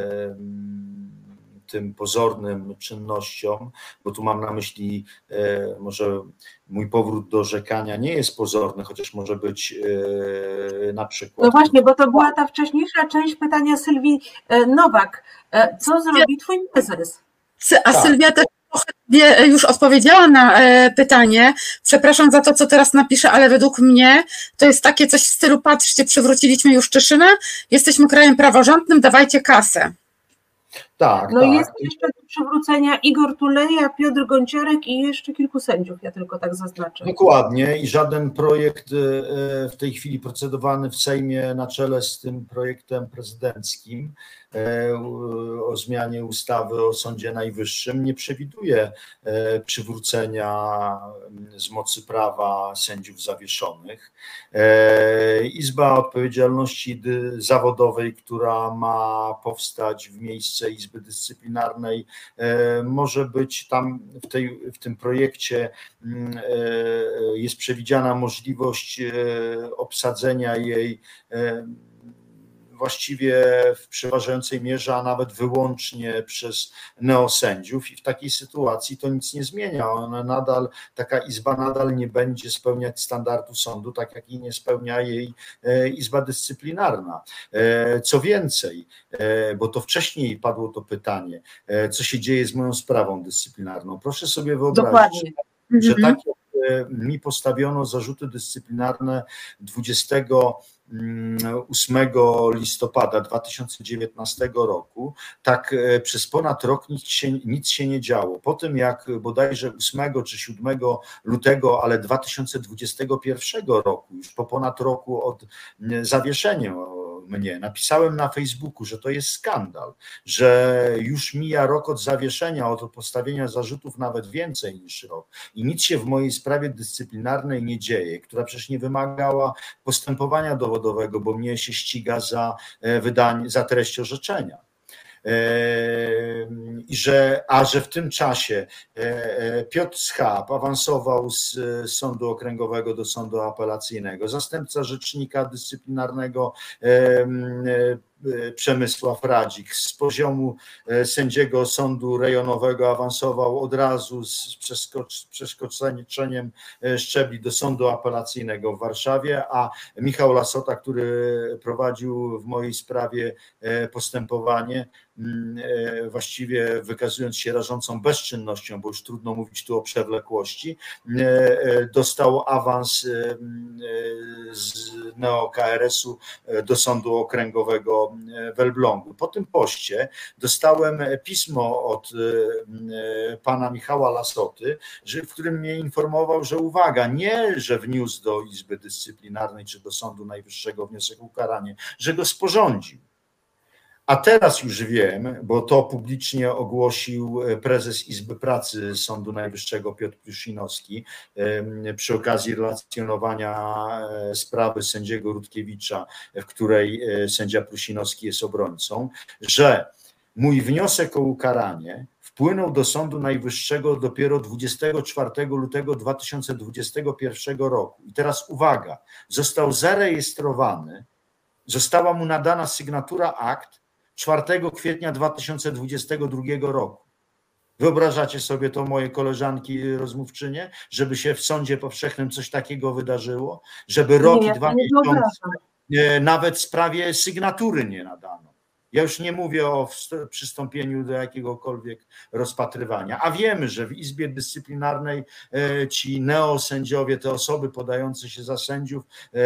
tym pozornym czynnościom, bo tu mam na myśli, może mój powrót do orzekania nie jest pozorny, chociaż może być na przykład... No właśnie, bo to była ta wcześniejsza część pytania Sylwii Nowak. Co zrobi Twój prezes? A tak. Sylwia też już odpowiedziała na pytanie. Przepraszam za to, co teraz napiszę, ale według mnie to jest takie coś w stylu: patrzcie, przywróciliśmy Juszczyszynę, jesteśmy krajem praworządnym, dawajcie kasę. Tak, no tak. Jest jeszcze do przywrócenia Igor Tuleja, Piotr Gonciarek i jeszcze kilku sędziów, ja tylko tak zaznaczę. Dokładnie i żaden projekt w tej chwili procedowany w Sejmie na czele z tym projektem prezydenckim o zmianie ustawy o Sądzie Najwyższym nie przewiduje przywrócenia z mocy prawa sędziów zawieszonych. Izba Odpowiedzialności Zawodowej, która ma powstać w miejsce Izby Dyscyplinarnej, może być tam w, tej, w tym projekcie jest przewidziana możliwość obsadzenia jej właściwie w przeważającej mierze, a nawet wyłącznie przez neosędziów i w takiej sytuacji to nic nie zmienia. Ona nadal, taka izba nadal nie będzie spełniać standardu sądu, tak jak i nie spełnia jej Izba Dyscyplinarna. Co więcej, bo to wcześniej padło to pytanie, co się dzieje z moją sprawą dyscyplinarną. Proszę sobie wyobrazić, Dokładnie. że tak jak mi postawiono zarzuty dyscyplinarne dwudziestego ósmego listopada dwa tysiące dziewiętnastego roku, tak przez ponad rok nic się, nic się nie działo. Po tym jak bodajże ósmego czy siódmego lutego, ale dwa tysiące dwudziestego pierwszego roku, już po ponad roku od zawieszenia mnie, napisałem na Facebooku, że to jest skandal, że już mija rok od zawieszenia, od postawienia zarzutów, nawet więcej niż rok i nic się w mojej sprawie dyscyplinarnej nie dzieje, która przecież nie wymagała postępowania dowodowego, bo mnie się ściga za wydanie, za treść orzeczenia. I że, a że w tym czasie Piotr Schab awansował z sądu okręgowego do sądu apelacyjnego, zastępca rzecznika dyscyplinarnego Przemysław Radzik z poziomu sędziego sądu rejonowego awansował od razu z przeskoczeniem szczebli do sądu apelacyjnego w Warszawie, a Michał Lasota, który prowadził w mojej sprawie postępowanie, właściwie wykazując się rażącą bezczynnością, bo już trudno mówić tu o przewlekłości, dostał awans z neo-K R S-u do sądu okręgowego w Elblągu. Po tym poście dostałem pismo od pana Michała Lasoty, w którym mnie informował, że uwaga, nie, że wniósł do Izby Dyscyplinarnej czy do Sądu Najwyższego wniosek o ukaranie, że go sporządził. A teraz już wiem, bo to publicznie ogłosił prezes Izby Pracy Sądu Najwyższego Piotr Prusinowski przy okazji relacjonowania sprawy sędziego Rutkiewicza, w której sędzia Prusinowski jest obrońcą, że mój wniosek o ukaranie wpłynął do Sądu Najwyższego dopiero dwudziestego czwartego lutego dwa tysiące dwudziestego pierwszego roku. I teraz uwaga, został zarejestrowany, została mu nadana sygnatura akt czwartego kwietnia dwa tysiące dwudziestego drugiego roku. Wyobrażacie sobie to, moje koleżanki rozmówczynie, żeby się w sądzie powszechnym coś takiego wydarzyło? Żeby rok i dwa miesiące nawet w sprawie sygnatury nie nadano. Ja już nie mówię o przystąpieniu do jakiegokolwiek rozpatrywania, a wiemy, że w Izbie Dyscyplinarnej ci neosędziowie, te osoby podające się za sędziów,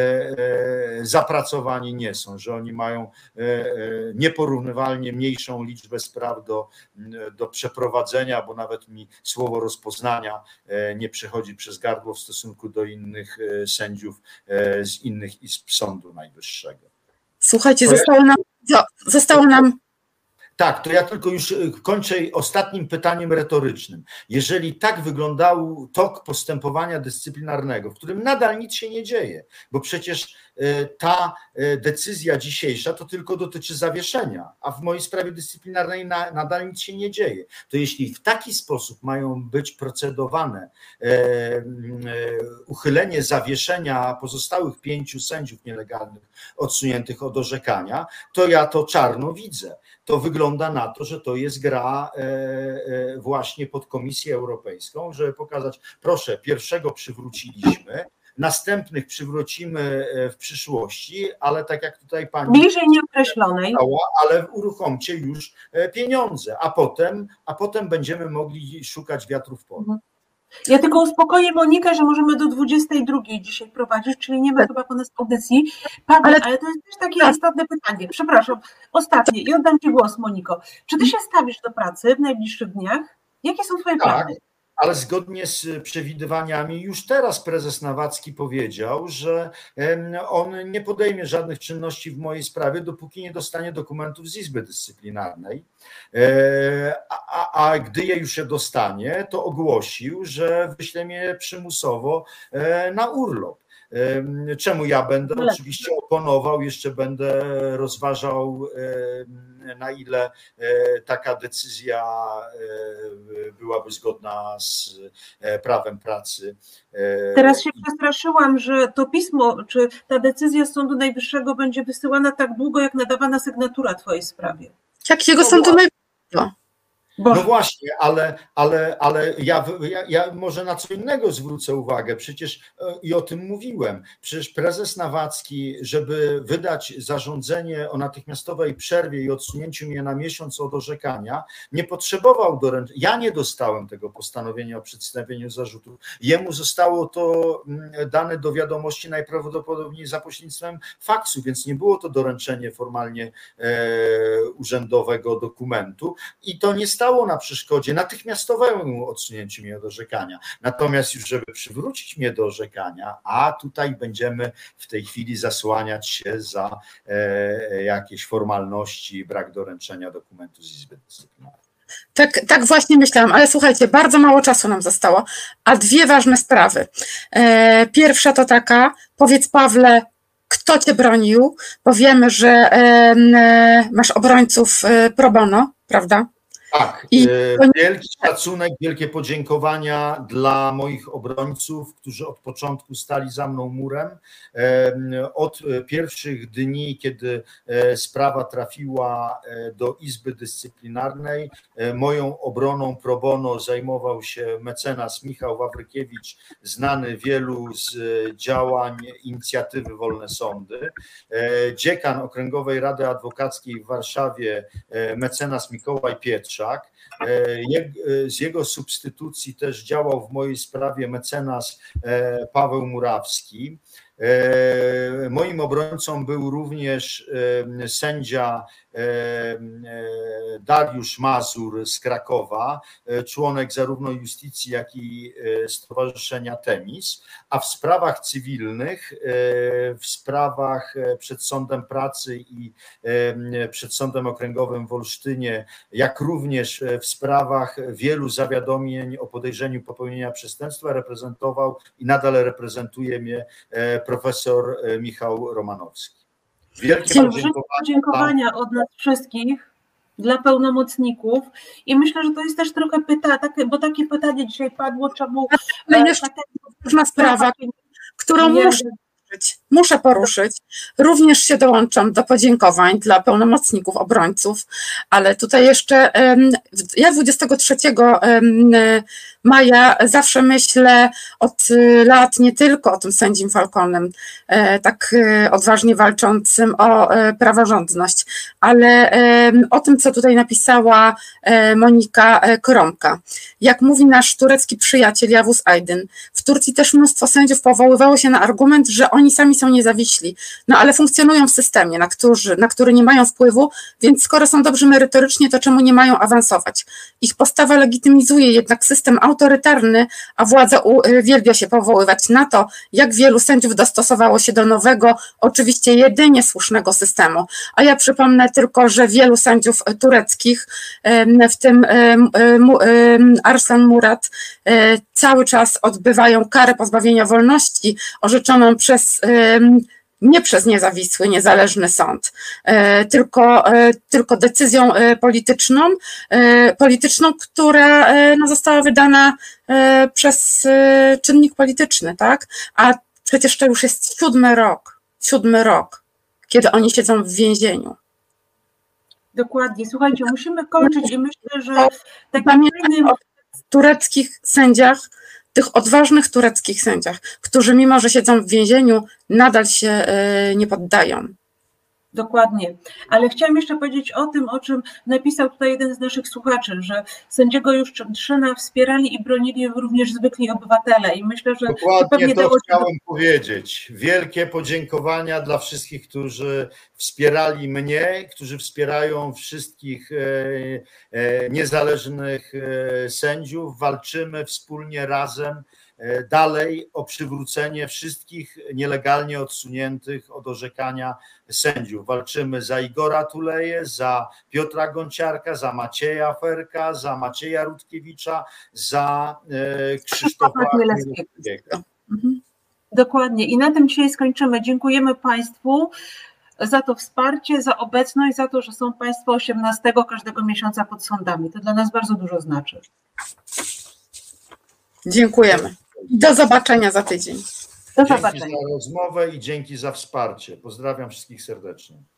zapracowani nie są, że oni mają nieporównywalnie mniejszą liczbę spraw do, do przeprowadzenia, bo nawet mi słowo rozpoznania nie przechodzi przez gardło w stosunku do innych sędziów z innych izb Sądu Najwyższego. Słuchajcie, zostało nam Zostało nam. Tak, to ja tylko już kończę ostatnim pytaniem retorycznym. Jeżeli tak wyglądał tok postępowania dyscyplinarnego, w którym nadal nic się nie dzieje, bo przecież ta decyzja dzisiejsza to tylko dotyczy zawieszenia, a w mojej sprawie dyscyplinarnej nadal nic się nie dzieje, to jeśli w taki sposób mają być procedowane uchylenie zawieszenia pozostałych pięciu sędziów nielegalnych odsuniętych od orzekania, to ja to czarno widzę. To wygląda na to, że to jest gra właśnie pod Komisję Europejską, żeby pokazać, proszę, pierwszego przywróciliśmy, następnych przywrócimy w przyszłości, ale tak jak tutaj pani... Bliżej nieokreślonej. Ale uruchomcie już pieniądze, a potem, a potem będziemy mogli szukać wiatru w polu. Ja tylko uspokoję Monikę, że możemy do dwudziestej drugiej dzisiaj prowadzić, czyli nie ma chyba po nas audycji. Paweł, ale... ale to jest też takie istotne pytanie. Przepraszam, ostatnie i oddam ci głos, Moniko. Czy ty się stawisz do pracy w najbliższych dniach? Jakie są twoje tak. plany? Ale zgodnie z przewidywaniami już teraz prezes Nawacki powiedział, że on nie podejmie żadnych czynności w mojej sprawie, dopóki nie dostanie dokumentów z Izby Dyscyplinarnej, a, a, a gdy je już się dostanie, to ogłosił, że wyśle mnie przymusowo na urlop. Czemu ja będę oczywiście oponował, jeszcze będę rozważał, na ile taka decyzja byłaby zgodna z prawem pracy. Teraz się przestraszyłam, że to pismo, czy ta decyzja Sądu Najwyższego będzie wysyłana tak długo, jak nadawana sygnatura twojej sprawie. Jakiego Sądu Najwyższego? No właśnie, ale, ale, ale ja, ja, ja może na co innego zwrócę uwagę. Przecież i o tym mówiłem. Przecież prezes Nawacki, żeby wydać zarządzenie o natychmiastowej przerwie i odsunięciu mnie na miesiąc od orzekania, nie potrzebował doręczenia. Ja nie dostałem tego postanowienia o przedstawieniu zarzutów. Jemu zostało to dane do wiadomości najprawdopodobniej za pośrednictwem faksu, więc nie było to doręczenie formalnie e, urzędowego dokumentu i to nie stało na przeszkodzie natychmiastowemu odsunięciu mnie od orzekania. Natomiast już, żeby przywrócić mnie do orzekania, a tutaj będziemy w tej chwili zasłaniać się za e, jakieś formalności, brak doręczenia dokumentu z Izby Dyscyplinarnej. Tak, tak właśnie myślałam, ale słuchajcie, bardzo mało czasu nam zostało, a dwie ważne sprawy. E, pierwsza to taka, powiedz Pawle, kto cię bronił, bo wiemy, że e, masz obrońców pro bono, prawda? Tak, I wielki szacunek, wielkie podziękowania dla moich obrońców, którzy od początku stali za mną murem. Od pierwszych dni, kiedy sprawa trafiła do Izby Dyscyplinarnej, moją obroną pro bono zajmował się mecenas Michał Wawrykiewicz, znany wielu z działań inicjatywy Wolne Sądy. Dziekan Okręgowej Rady Adwokackiej w Warszawie, mecenas Mikołaj Pietrzak. Z jego substytucji też działał w mojej sprawie mecenas Paweł Murawski. Moim obrońcą był również sędzia Dariusz Mazur z Krakowa, członek zarówno Iusticji, jak i Stowarzyszenia Temis, a w sprawach cywilnych, w sprawach przed Sądem Pracy i przed Sądem Okręgowym w Olsztynie, jak również w sprawach wielu zawiadomień o podejrzeniu popełnienia przestępstwa reprezentował i nadal reprezentuje mnie profesor Michał Romanowski. Wielkie podziękowania, podziękowania od nas wszystkich dla pełnomocników i myślę, że to jest też trochę pytanie, bo takie pytanie dzisiaj padło, czemu... Ale jeszcze ważna sprawa, którą muszę poruszyć, muszę poruszyć. Również się dołączam do podziękowań dla pełnomocników, obrońców, ale tutaj jeszcze ja dwudziestego trzeciego maja zawsze myślę od lat nie tylko o tym sędzim Falconem, tak odważnie walczącym o praworządność, ale o tym, co tutaj napisała Monika Kromka. Jak mówi nasz turecki przyjaciel Yavuz Aydin, w Turcji też mnóstwo sędziów powoływało się na argument, że oni sami są niezawiśli, no ale funkcjonują w systemie, na, którzy, na który nie mają wpływu, więc skoro są dobrzy merytorycznie, to czemu nie mają awansować? Ich postawa legitymizuje jednak system autorytarny, a władza uwielbia się powoływać na to, jak wielu sędziów dostosowało się do nowego, oczywiście jedynie słusznego systemu. A ja przypomnę tylko, że wielu sędziów tureckich, w tym Arslan Murat, cały czas odbywają karę pozbawienia wolności orzeczoną przez nie przez niezawisły, niezależny sąd, tylko, tylko decyzją polityczną, polityczną, która no, została wydana przez czynnik polityczny, tak? A przecież to już jest siódmy rok, siódmy rok, kiedy oni siedzą w więzieniu. Dokładnie. Słuchajcie, musimy kończyć i myślę, że takim fajnym... o tureckich sędziach, tych odważnych tureckich sędziach, którzy mimo, że siedzą w więzieniu, nadal się nie poddają. Dokładnie, ale chciałam jeszcze powiedzieć o tym, o czym napisał tutaj jeden z naszych słuchaczy, że sędziego Juszczyszyna wspierali i bronili również zwykli obywatele i myślę, że dokładnie to, to chciałem do... powiedzieć. Wielkie podziękowania dla wszystkich, którzy wspierali mnie, którzy wspierają wszystkich niezależnych sędziów. Walczymy wspólnie razem dalej o przywrócenie wszystkich nielegalnie odsuniętych od orzekania sędziów. Walczymy za Igora Tuleję, za Piotra Gonciarka, za Macieja Ferka, za Macieja Rutkiewicza, za Krzysztofa Chmielewskiego. Dokładnie. I na tym dzisiaj skończymy. Dziękujemy Państwu za to wsparcie, za obecność, za to, że są Państwo osiemnastego każdego miesiąca pod sądami. To dla nas bardzo dużo znaczy. Dziękujemy. Do zobaczenia za tydzień. Do Dzięki zobaczenia. za rozmowę i dzięki za wsparcie. Pozdrawiam wszystkich serdecznie.